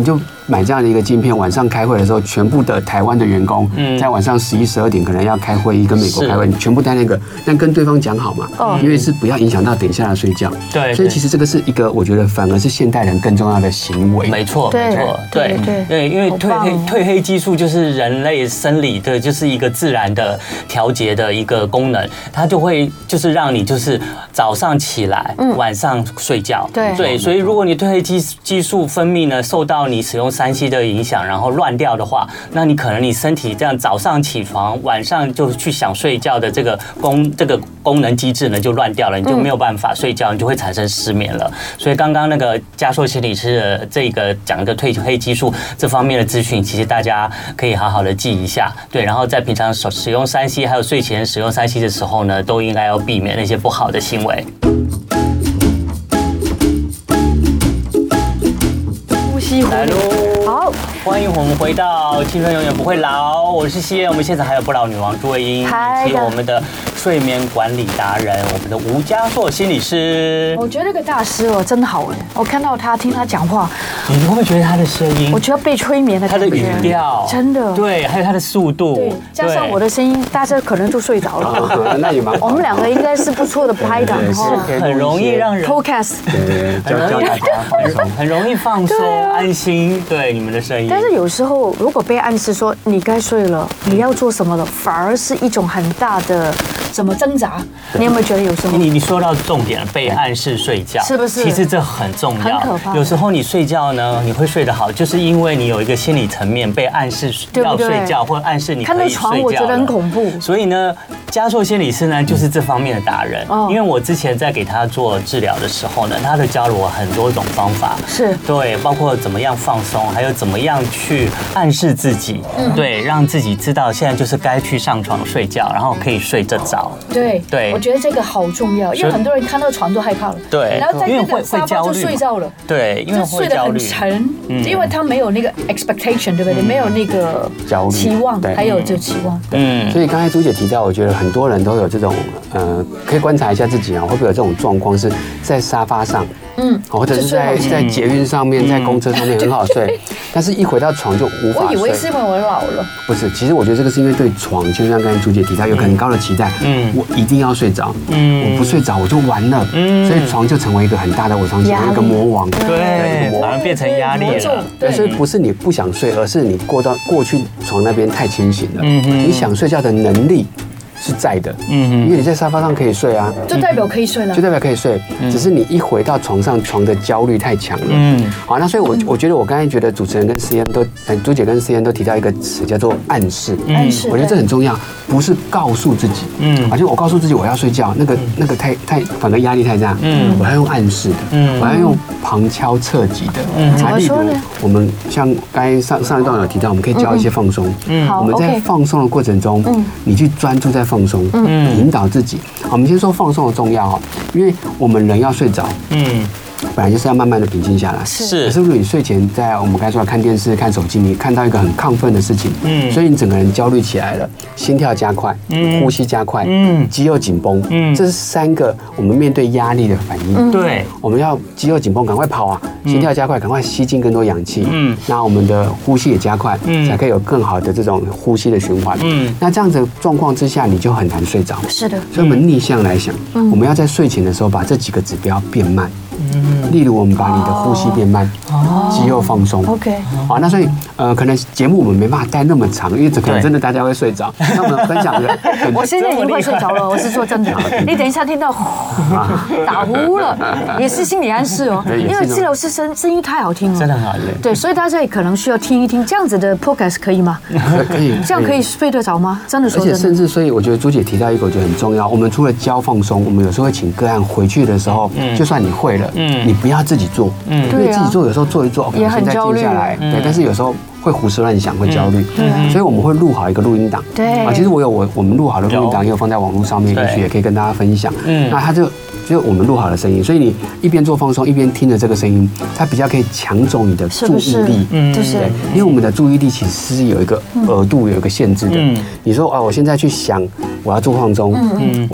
买这样的一个晶片，晚上开会的时候，全部的台湾的员工在晚上十一、十二点可能要开会议，跟美国开会，你全部带那个，但跟对方讲好嘛，因为是不要影响到等一下的睡觉。 对， 所以其实这个是一个我觉得反而是现代人更重要的行为。 没错，没错，对对对，因为褪黑褪黑激素就是人类生理的，就是一个自然的调节的一个功能，它就会就是让你就是早上起来，晚上睡觉。对对，所以如果你褪黑激激素分泌呢受到你使用三 C 的影响，然后乱掉的话，那你可能你身体这样早上起床，晚上就去想睡觉的这个功这个功能机制呢就乱掉了，你就没有办法睡觉，你就会产生失眠了。所以刚刚那个嘉硕心理师的这个讲一个褪黑激素这方面的资讯，其实大家可以好好的记一下。对，然后在平常使用三 C 还有睡前使用三 C 的时候呢，都应该要避免那些不好的行为。 呼吸， 来喽！ 好， 欢迎我们回到青春永远不会老，我是西恩，我们现场还有不老女王朱慧英，以及我们的睡眠管理达人，我们的吴嘉硕心理师。 我觉得这个大师哦真好哎，我看到他听他讲话， 你会不会觉得他的声音？ 我觉得被催眠的感觉， 他的语调真的对，还有他的速度， 对，加上我的声音，大家可能就睡着了。 那也蛮好。 我们两个应该是不错的拍档哈，很容易让人 podcast， 对，教教大家放松， 很容易放松、安心。对你们的声音， 但是有时候如果被暗示说你该睡了，你要做什么了，反而是一种很大的怎么挣扎？你有没有觉得有时候？ 你你说到重点了，被暗示睡觉， 是不是？ 其实这很重要， 很可怕。 有时候你睡觉呢，你会睡得好，就是因为你有一个心理层面被暗示要睡觉，或暗示你可以睡觉。看到床， 我觉得很恐怖。 所以呢，嘉硕心理师呢，就是这方面的达人。哦。因为我之前在给他做治疗的时候呢，他就教了我很多种方法。 是。 对，包括怎么样放松，还有怎么样去暗示自己，嗯、对，让自己知道现在就是该去上床睡觉，然后可以睡得着。 对对，我觉得这个好重要，因为很多人看到床都害怕了。 对， 然后在那个沙发就睡着了。 对，因为睡得很沉，因为他没有那个 expectation， 对不对？没有那个期望，还有这期望。 嗯，所以刚才朱姐提到，我觉得很多人都有这种呃，可以观察一下自己啊，会不会有这种状况，是在沙发上。嗯，或者是在在捷运上面，在公车上面很好睡，但是一回到床就无法睡。 我以为是因为我老了， 不是，其实我觉得这个是因为对床，就像刚才朱姐提到，有很高的期待，嗯，我一定要睡着，嗯，我不睡着我就完了，嗯，所以床就成为一个很大的我常讲一个魔王， 对，反而变成压力了， 对，所以不是你不想睡，而是你过到过去床那边太清醒了，嗯嗯，你想睡觉的能力是在的，嗯，因为你在沙发上可以睡啊， 就代表可以睡了， 就代表可以睡，只是你一回到床上，床的焦虑太强了，嗯，好，那所以我我觉得我刚才觉得主持人跟思妍都，呃，朱姐跟思妍都提到一个词叫做暗示，暗示，我觉得这很重要，不是告诉自己，嗯，好像我告诉自己我要睡觉，那个那个太太反而压力太大，嗯，我要用暗示的，嗯，我要用旁敲侧击的，嗯， 怎么说呢？ 我们像刚才上上一段有提到，我们可以教一些放松，嗯，我们在放松的过程中，嗯，你去专注在放松，嗯，引导自己。好，我们先说放松的重要哈，因为我们人要睡着，嗯，本来就是要慢慢的平静下来。是。可是如果你睡前在我们刚才说看电视、看手机，你看到一个很亢奋的事情，嗯，所以你整个人焦虑起来了，心跳加快，嗯，呼吸加快，嗯，肌肉紧绷，嗯，这是三个我们面对压力的反应。 对， 我们要肌肉紧绷，赶快跑啊！心跳加快，赶快吸进更多氧气。嗯，那我们的呼吸也加快，嗯，才可以有更好的这种呼吸的循环。嗯，那这样子的状况之下，你就很难睡着。 是的。 所以我们逆向来想，嗯，我们要在睡前的时候把这几个指标变慢。嗯，例如我们把你的呼吸变慢，哦，肌肉放松。 OK， 好，那所以呃，可能节目我们没办法带那么长，因为这可能真的大家会睡着。那我们分享的， 我现在已经快睡着了，我是说真的。你等一下听到打呼了，也是心理暗示哦，因为治疗师声声音太好听了， 真的很好听。 对，所以大家也可能需要听一听这样子的 podcast 可以吗？ 可以， 这样可以睡得着吗？真的说真的。 而且甚至，所以我觉得朱姐提到一个我觉得很重要，我们除了教放松，我们有时候会请个案回去的时候，就算你会了，嗯，你不要自己做，嗯，因为自己做有时候做一做， 也很焦虑， 静下来，对，但是有时候会胡思乱想，会焦虑，嗯，所以我们会录好一个录音档， 对啊，其实我有我我们录好的录音档也有放在网络上面，也许也可以跟大家分享，嗯，那它就就我们录好的声音，所以你一边做放松，一边听着这个声音，它比较可以抢走你的注意力， 嗯，对， 因为我们的注意力其实是有一个额度，有一个限制的，嗯，你说啊，我现在去想我要做放松，嗯，我在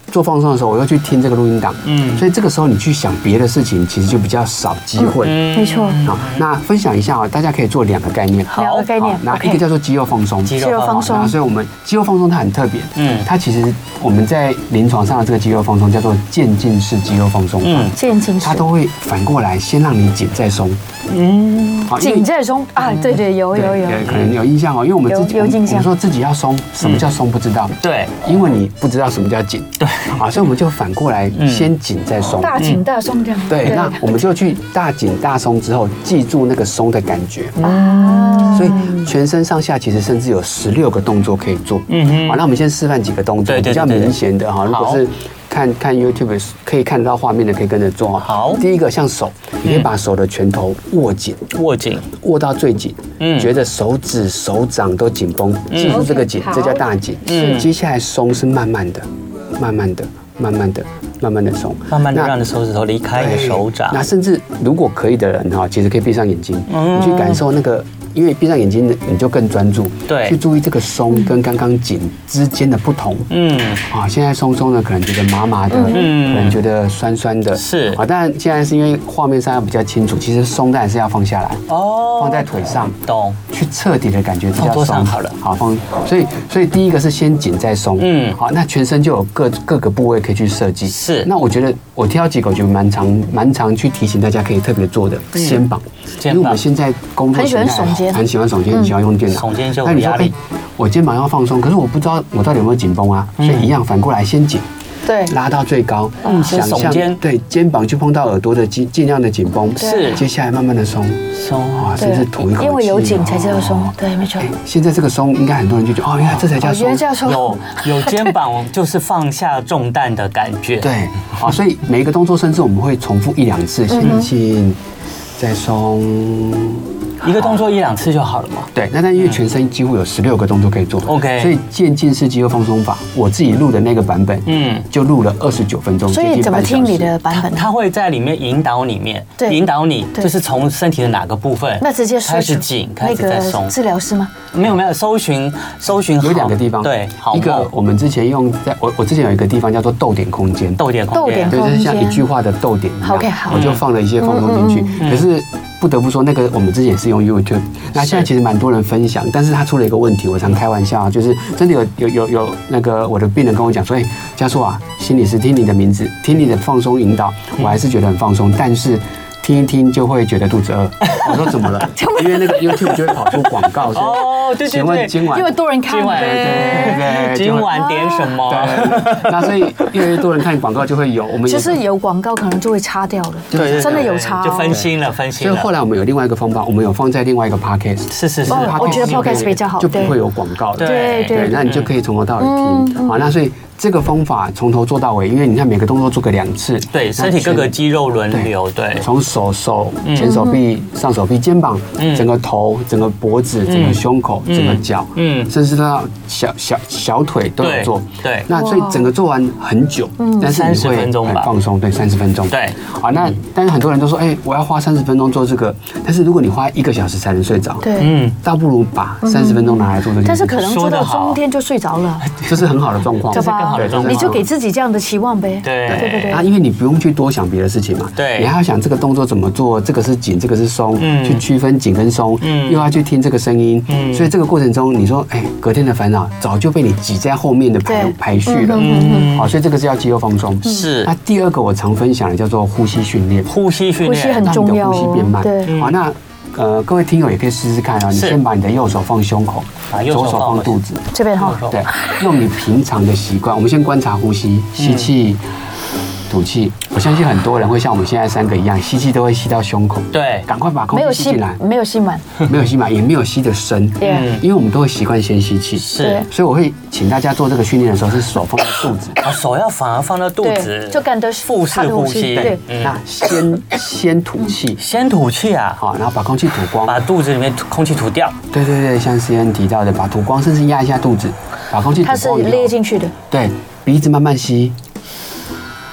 做放松的时候，我又去听这个录音档，嗯，所以这个时候你去想别的事情，其实就比较少机会。 嗯，没错。 好，那分享一下啊，大家可以做两个概念。 两个概念。 那一个叫做肌肉放松， 肌肉放松。 所以我们肌肉放松它很特别，嗯，它其实我们在临床上的这个肌肉放松叫做渐进式肌肉放松，嗯， 渐进式， 它都会反过来先让你紧再松，嗯， 紧再松啊，对对，有有有， 可能有印象哦，因为我们自己有印象， 我们说自己要松，什么叫松不知道， 对， 因为你不知道什么叫紧， 对， 啊，所以我们就反过来先紧再松， 大紧大松这样， 对，那我们就去大紧大松之后，记住那个松的感觉啊，所以全身上下其实甚至有十六个动作可以做，嗯哼，好，那我们先示范几个动作，比较明显的哈，如果是看看 YouTube 可以看得到画面的，可以跟着做。 好， 第一个像手，你可以把手的拳头握紧， 握紧， 握到最紧，嗯，觉得手指、手掌都紧绷，记住这个紧，这叫大紧。嗯，接下来松是慢慢的、慢慢的、慢慢的、慢慢的松， 慢慢的让你的手指头离开你的手掌。 那甚至如果可以的人哈，其实可以闭上眼睛，你去感受那个。因为闭上眼睛，你就更专注， 对， 去注意这个松跟刚刚紧之间的不同。嗯，啊，现在松松的可能觉得麻麻的，嗯，可能觉得酸酸的， 是啊。当然现在是因为画面上要比较清楚，其实松当然是要放下来，哦，放在腿上， 懂， 去彻底的感觉比较松好了， 好放。所以所以第一个是先紧再松，嗯，好，那全身就有各各个部位可以去设计。 是， 那我觉得我挑几个我觉得蛮常蛮常去提醒大家可以特别做的肩膀，因为我们现在工作很喜欢耸肩， 很喜欢耸肩。喜欢用电脑， 耸肩就有压力。 我肩膀要放松，可是我不知道我到底有没有紧绷啊，所以一样反过来先紧， 对， 拉到最高，想象对肩膀去碰到耳朵的尽尽量的紧绷， 是， 接下来慢慢的松松啊，甚至吐一口气， 因为有紧才知道松，对，没错。 现在这个松，应该很多人就觉得哦，原来这才叫松， 有有肩膀就是放下重担的感觉， 对，好，所以每一个动作，甚至我们会重复一两次，先紧再松。 一个动作一两次就好了嘛？ 对，那但因为全身几乎有十六个动作可以做 ，OK， 所以渐进式肌肉放松法，我自己录的那个版本，嗯，就录了二十九分钟， 所以怎么听你的版本？ 他会在里面引导里面， 对， 引导你，就是从身体的哪个部分， 那直接开始紧，开始再松。 治疗师吗？ 没有没有，搜寻搜寻有两个地方， 对， 一个我们之前用在我我之前有一个地方叫做逗点空间， 逗点空间， 对，就是像一句话的逗点一样 ，OK， 好， 我就放了一些放松进去，可是。不得不说，那个我们之前也是用 YouTube， 那现在其实蛮多人分享，但是他出了一个问题，我常开玩笑啊，就是真的有有有有那个我的病人跟我讲说，哎，嘉硕啊，心理师听你的名字，听你的放松引导，我还是觉得很放松，但是。听一听就会觉得肚子饿。我说怎么了？因为那个 YouTube 就会跑出广告说， 哦，对对对， 请问今晚因为多人看， 今晚对对对，今晚点什么？ 那所以越来越多人看广告就会有，我们就是有广告可能就会擦掉了，对，真的有擦， 就分心了，分心了。所以后来我们有另外一个方法，我们有放在另外一个 Podcast， 是是是， 我觉得 Podcast 比较好， 就不会有广告的， 对对， 那你就可以从头到尾听。好，那所以。这个方法从头做到尾，因为你看每个动作做个两次， 对，身体各个肌肉轮流，对， 从手手、前手臂、上手臂、肩膀，整个头、整个脖子、整个胸口、整个脚，嗯，甚至到小小小腿都有做， 对。 那所以整个做完很久，但是你会很放松，对，三十分钟， 对。 好，那但是很多人都说，哎，我要花三十分钟做这个，但是如果你花一个小时才能睡着， 对，嗯， 倒不如把三十分钟拿来做这件事。 但是可能做到中间就睡着了， 这是很好的状况， 这是更好的状况， 你就给自己这样的期望呗， 对对对对。 啊，因为你不用去多想别的事情嘛， 对， 你还要想这个动作怎么做，这个是紧，这个是松，去区分紧跟松，又要去听这个声音，所以这个过程中，你说，哎，隔天的烦恼早就被你挤在后面的排排序了，好，所以这个是要肌肉放松。 是。 那第二个我常分享的叫做呼吸训练， 呼吸训练， 呼吸很重要， 让你的呼吸变慢， 对， 好，那。呃，各位听友也可以试试看啊！你先把你的右手放胸口，左手放肚子， 这边哈， 对，用你平常的习惯，我们先观察呼吸，吸气。吐气，我相信很多人会像我们现在三个一样，吸气都会吸到胸口。 对， 赶快把空气吸进来。 没有吸满， 没有吸满，也没有吸得深。 嗯， 因为我们都会习惯先吸气。 是， 所以我会请大家做这个训练的时候，是手放在肚子， 啊，手要反而放到肚子， 就感觉腹式呼吸。 对，那先先吐气， 先吐气啊， 好，然后把空气吐光， 把肚子里面空气吐掉。 对对对，像C N提到的，把吐光，甚至压一下肚子，把空气吐光。 它是勒进去的。 对，鼻子慢慢吸。有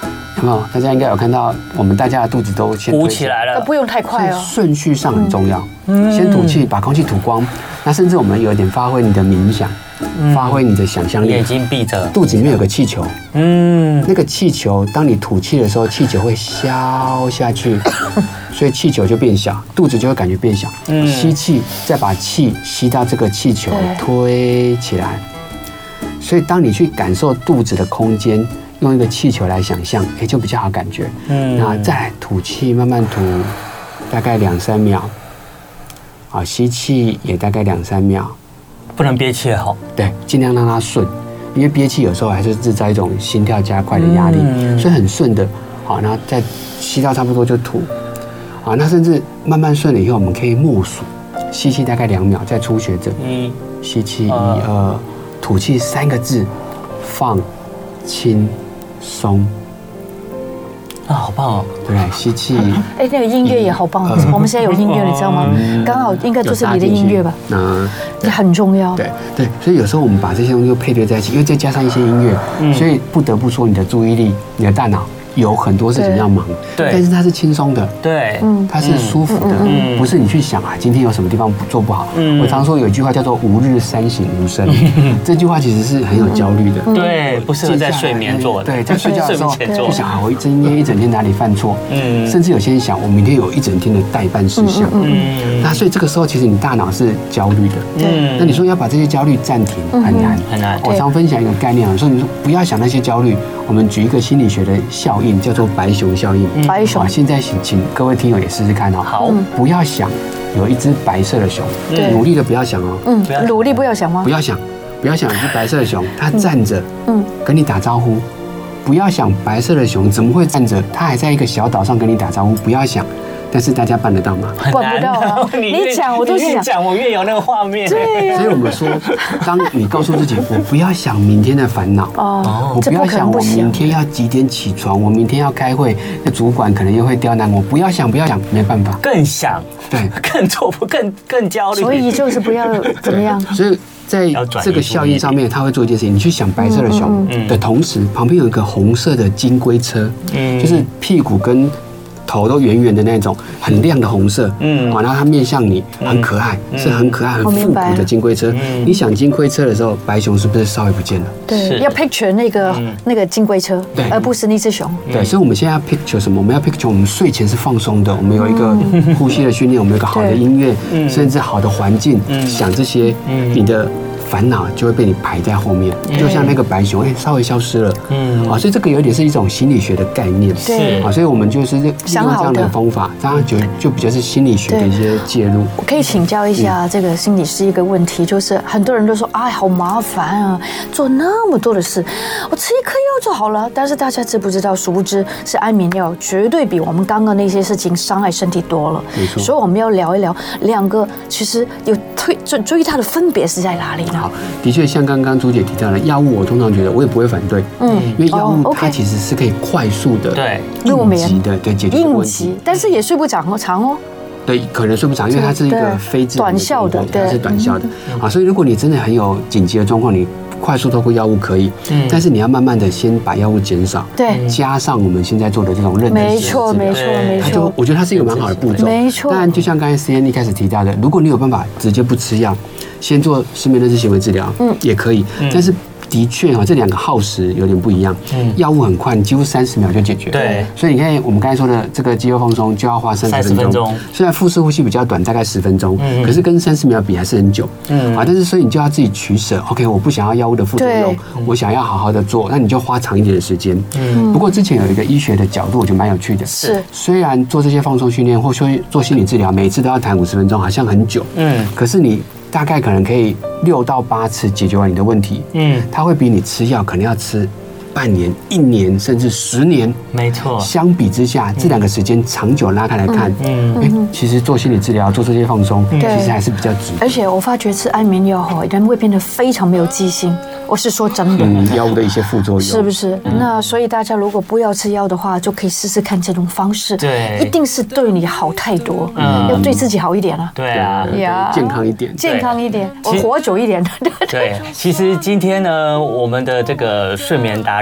哦，大家应该有看到，我们大家的肚子都先鼓起来了， 不用太快哦。 顺序上很重要，嗯、先吐气，把空气吐光。那甚至我们有一点发挥你的冥想，嗯、发挥你的想象力。 眼睛闭着， 肚子里面有个气球，嗯，那个气球，当你吐气的时候，气球会消下去，所以气球就变小，肚子就会感觉变小。嗯，吸气，再把气吸到这个气球推起来。所以当你去感受肚子的空间，用一个气球来想象，哎，就比较好感觉。嗯，那再来吐气，慢慢吐，大概两三秒。好，吸气也大概两三秒， 不能憋气好。 对，尽量让它顺，因为憋气有时候还是制造一种心跳加快的压力，嗯、所以很顺的。好，然后再吸到差不多就吐。好，那甚至慢慢顺了以后，我们可以默数，吸气大概两秒，再初学者，一吸气一二。吐气三个字，放轻松啊，好棒哦！ 对，吸气。 哎，那个音乐也好棒，呃、我们现在有音乐，你知道吗？刚好应该就是你的音乐吧？ 嗯， 也很重要。 对对，所以有时候我们把这些东西都配对在一起，因为再加上一些音乐，嗯、所以不得不说，你的注意力、你的大脑有很多事情要忙， 对， 但是它是轻松的， 对， 它是舒服的，嗯、不是你去想啊，今天有什么地方做不好。嗯、我常说有一句话叫做“吾日三省吾身”，嗯、这句话其实是很有焦虑的， 对，不适合在睡眠做的， 对，在睡觉的时候就想啊，我今天一整天哪里犯错，嗯，甚至有些人想，我明天有一整天的待办事项，嗯，那所以这个时候其实你大脑是焦虑的，嗯，那你说要把这些焦虑暂停，很难，很难。我常分享一个概念啊，说你说不要想那些焦虑，我们举一个心理学的效应，叫做白熊效应。 白熊， 现在请请各位听友也试试看哦。 好， 不要想有一只白色的熊，努力的不要想哦。 嗯，努力不要想吗？ 不要想，不要想有一只白色的熊，它站着，嗯，跟你打招呼。不要想白色的熊怎么会站着，它还在一个小岛上跟你打招呼。不要想。但是大家办得到吗？ 办不到啊！你讲我都想， 你越讲我越有那个画面。 对呀。 所以我们说，当你告诉自己，我不要想明天的烦恼，哦，我不要想我明天要几点起床，我明天要开会，那主管可能又会刁难我。不要想，不要想，没办法。 更想， 对， 更做不更更焦虑。 所以就是不要怎么样。 所以在这个效应上面，他会做一件事情：你去想白色的熊的同时，旁边有一个红色的金龟车，嗯，就是屁股跟头都圆圆的那种，很亮的红色，嗯，然后它面向你，很可爱，嗯、是很可爱、很复古的金龟车。嗯、你想金龟车的时候，白熊是不是稍微不见了？ 对，要 picture 那个、嗯、那个金龟车，对，而不是那只熊。 对，所以我们现在要 picture 什么？我们要 picture 我们睡前是放松的，我们有一个呼吸的训练，我们有一个好的音乐，甚至好的环境，想这些，你的烦恼就会被你排在后面，就像那个白熊，哎，稍微消失了，嗯，啊，所以这个有点是一种心理学的概念， 对， 啊，所以我们就是利用这样的方法，这样就就比较是心理学的一些介入。 我可以请教一下这个心理师一个问题，就是很多人都说，哎，好麻烦啊，做那么多的事，我吃一颗药就好了。但是大家知不知道，殊不知是安眠药绝对比我们刚刚那些事情伤害身体多了。 没错， 所以我们要聊一聊两个其实有最最最大的分别是在哪里呢？ 好，的确像刚刚朱姐提到的药物，我通常觉得我也不会反对，嗯，因为药物它其实是可以快速的、 对应急的对解决问题， 但是也睡不长长哦。 对，可能睡不长，因为它是一个非致短效的， 它是短效的啊。所以如果你真的很有紧急的状况，你快速透过药物可以，嗯，但是你要慢慢的先把药物减少， 对， 加上我们现在做的这种认知没错没错没错， 就我觉得它是一个蛮好的步骤， 没错。 当然，就像刚才 C N 一开始提到的，如果你有办法直接不吃药，先做失眠认知行为治疗，嗯，也可以，但是。的确哈，这两个耗时有点不一样。嗯，药物很快，几乎三十秒就解决。 对， 所以你看我们刚才说的这个肌肉放松就要花三十分钟。虽然腹式呼吸比较短，大概十分钟，嗯，可是跟三十秒比还是很久。嗯，啊，但是所以你就要自己取舍。OK， 我不想要药物的副作用，我想要好好的做，那你就花长一点的时间。嗯，不过之前有一个医学的角度，我觉得蛮有趣的。 是， 虽然做这些放松训练或说做心理治疗，每次都要谈五十分钟，好像很久。嗯，可是你。大概可能可以六到八次解决完你的问题，嗯，它会比你吃药可能要吃半年、一年甚至十年， 没错。 相比之下，这两个时间长久拉开来看，嗯，哎，其实做心理治疗、做这些放松，其实还是比较值。 而且我发觉吃安眠药后，人会变得非常没有记性。我是说真的， 嗯，药物的一些副作用是不是？那所以大家如果不要吃药的话，就可以试试看这种方式， 对， 一定是对你好太多，嗯，要对自己好一点啊， 对啊， 呀， 健康一点， 健康一点，我活久一点。 对，其实今天呢，我们的这个睡眠达人。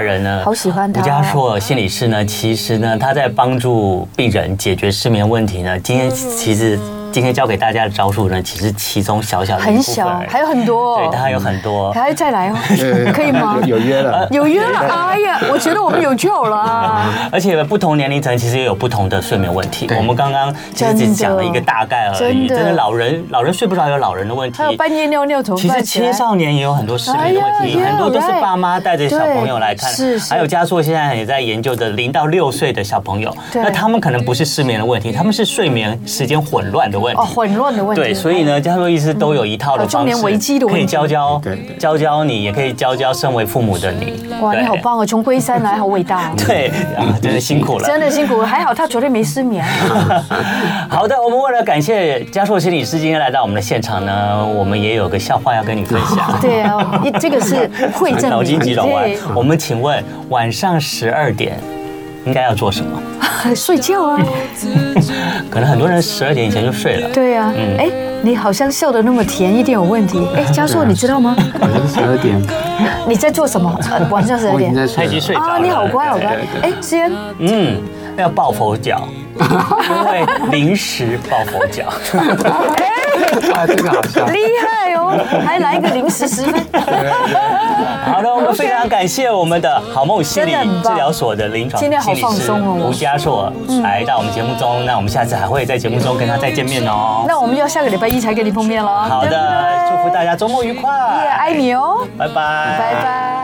人呢， 好喜欢他。 吴家硕心理师呢，其实呢，他在帮助病人解决失眠问题呢。今天其实今天教给大家的招数呢，其实其中小小的很小，还有很多， 对，他还有很多， 还要再来哦，可以吗？ 有约了， 有约了，哎呀，我觉得我们有救了。 而且不同年龄层其实也有不同的睡眠问题。我们刚刚其实只讲了一个大概而已，真的老人老人睡不着有老人的问题， 还有半夜尿尿怎么办？ 其实青少年也有很多失眠的问题，很多都是爸妈带着小朋友来看， 是， 还有家硕现在也在研究的零到六岁的小朋友，那他们可能不是失眠的问题，他们是睡眠时间混乱的问题， 哦，混乱的。 对，所以呢，家硕医师都有一套的方式，可以教教教教你，也可以教教身为父母的你。 哇，你好棒哦！从龟山来，好伟大。 对，真的辛苦了， 真的辛苦了。还好他昨天没失眠。 好的，我们为了感谢家硕心理师今天来到我们的现场呢，我们也有个笑话要跟你分享。 对啊，这个是会诊。 脑筋急转弯。我们请问晚上十二点应该要做什么？ 睡觉啊。 可能很多人十二点以前就睡了。 对啊，哎，你好像笑得那么甜，一定有问题。哎，家硕，你知道吗？ 晚上十二点。 你在做什么？晚上十二点。 他已经睡着了。啊， 你好乖，好乖。哎，思妍。 嗯，要抱佛脚，因为临时抱佛脚。 啊，这个好笑， 厉害哦！还来一个临时十分。 好的，我们非常感谢我们的好梦心理治疗所的临床心理师吴家硕来到我们节目中。那我们下次还会在节目中跟他再见面哦。 那我们要下个礼拜一才跟你碰面了。 好的，祝福大家周末愉快， 也爱你哦， 拜拜， 拜拜。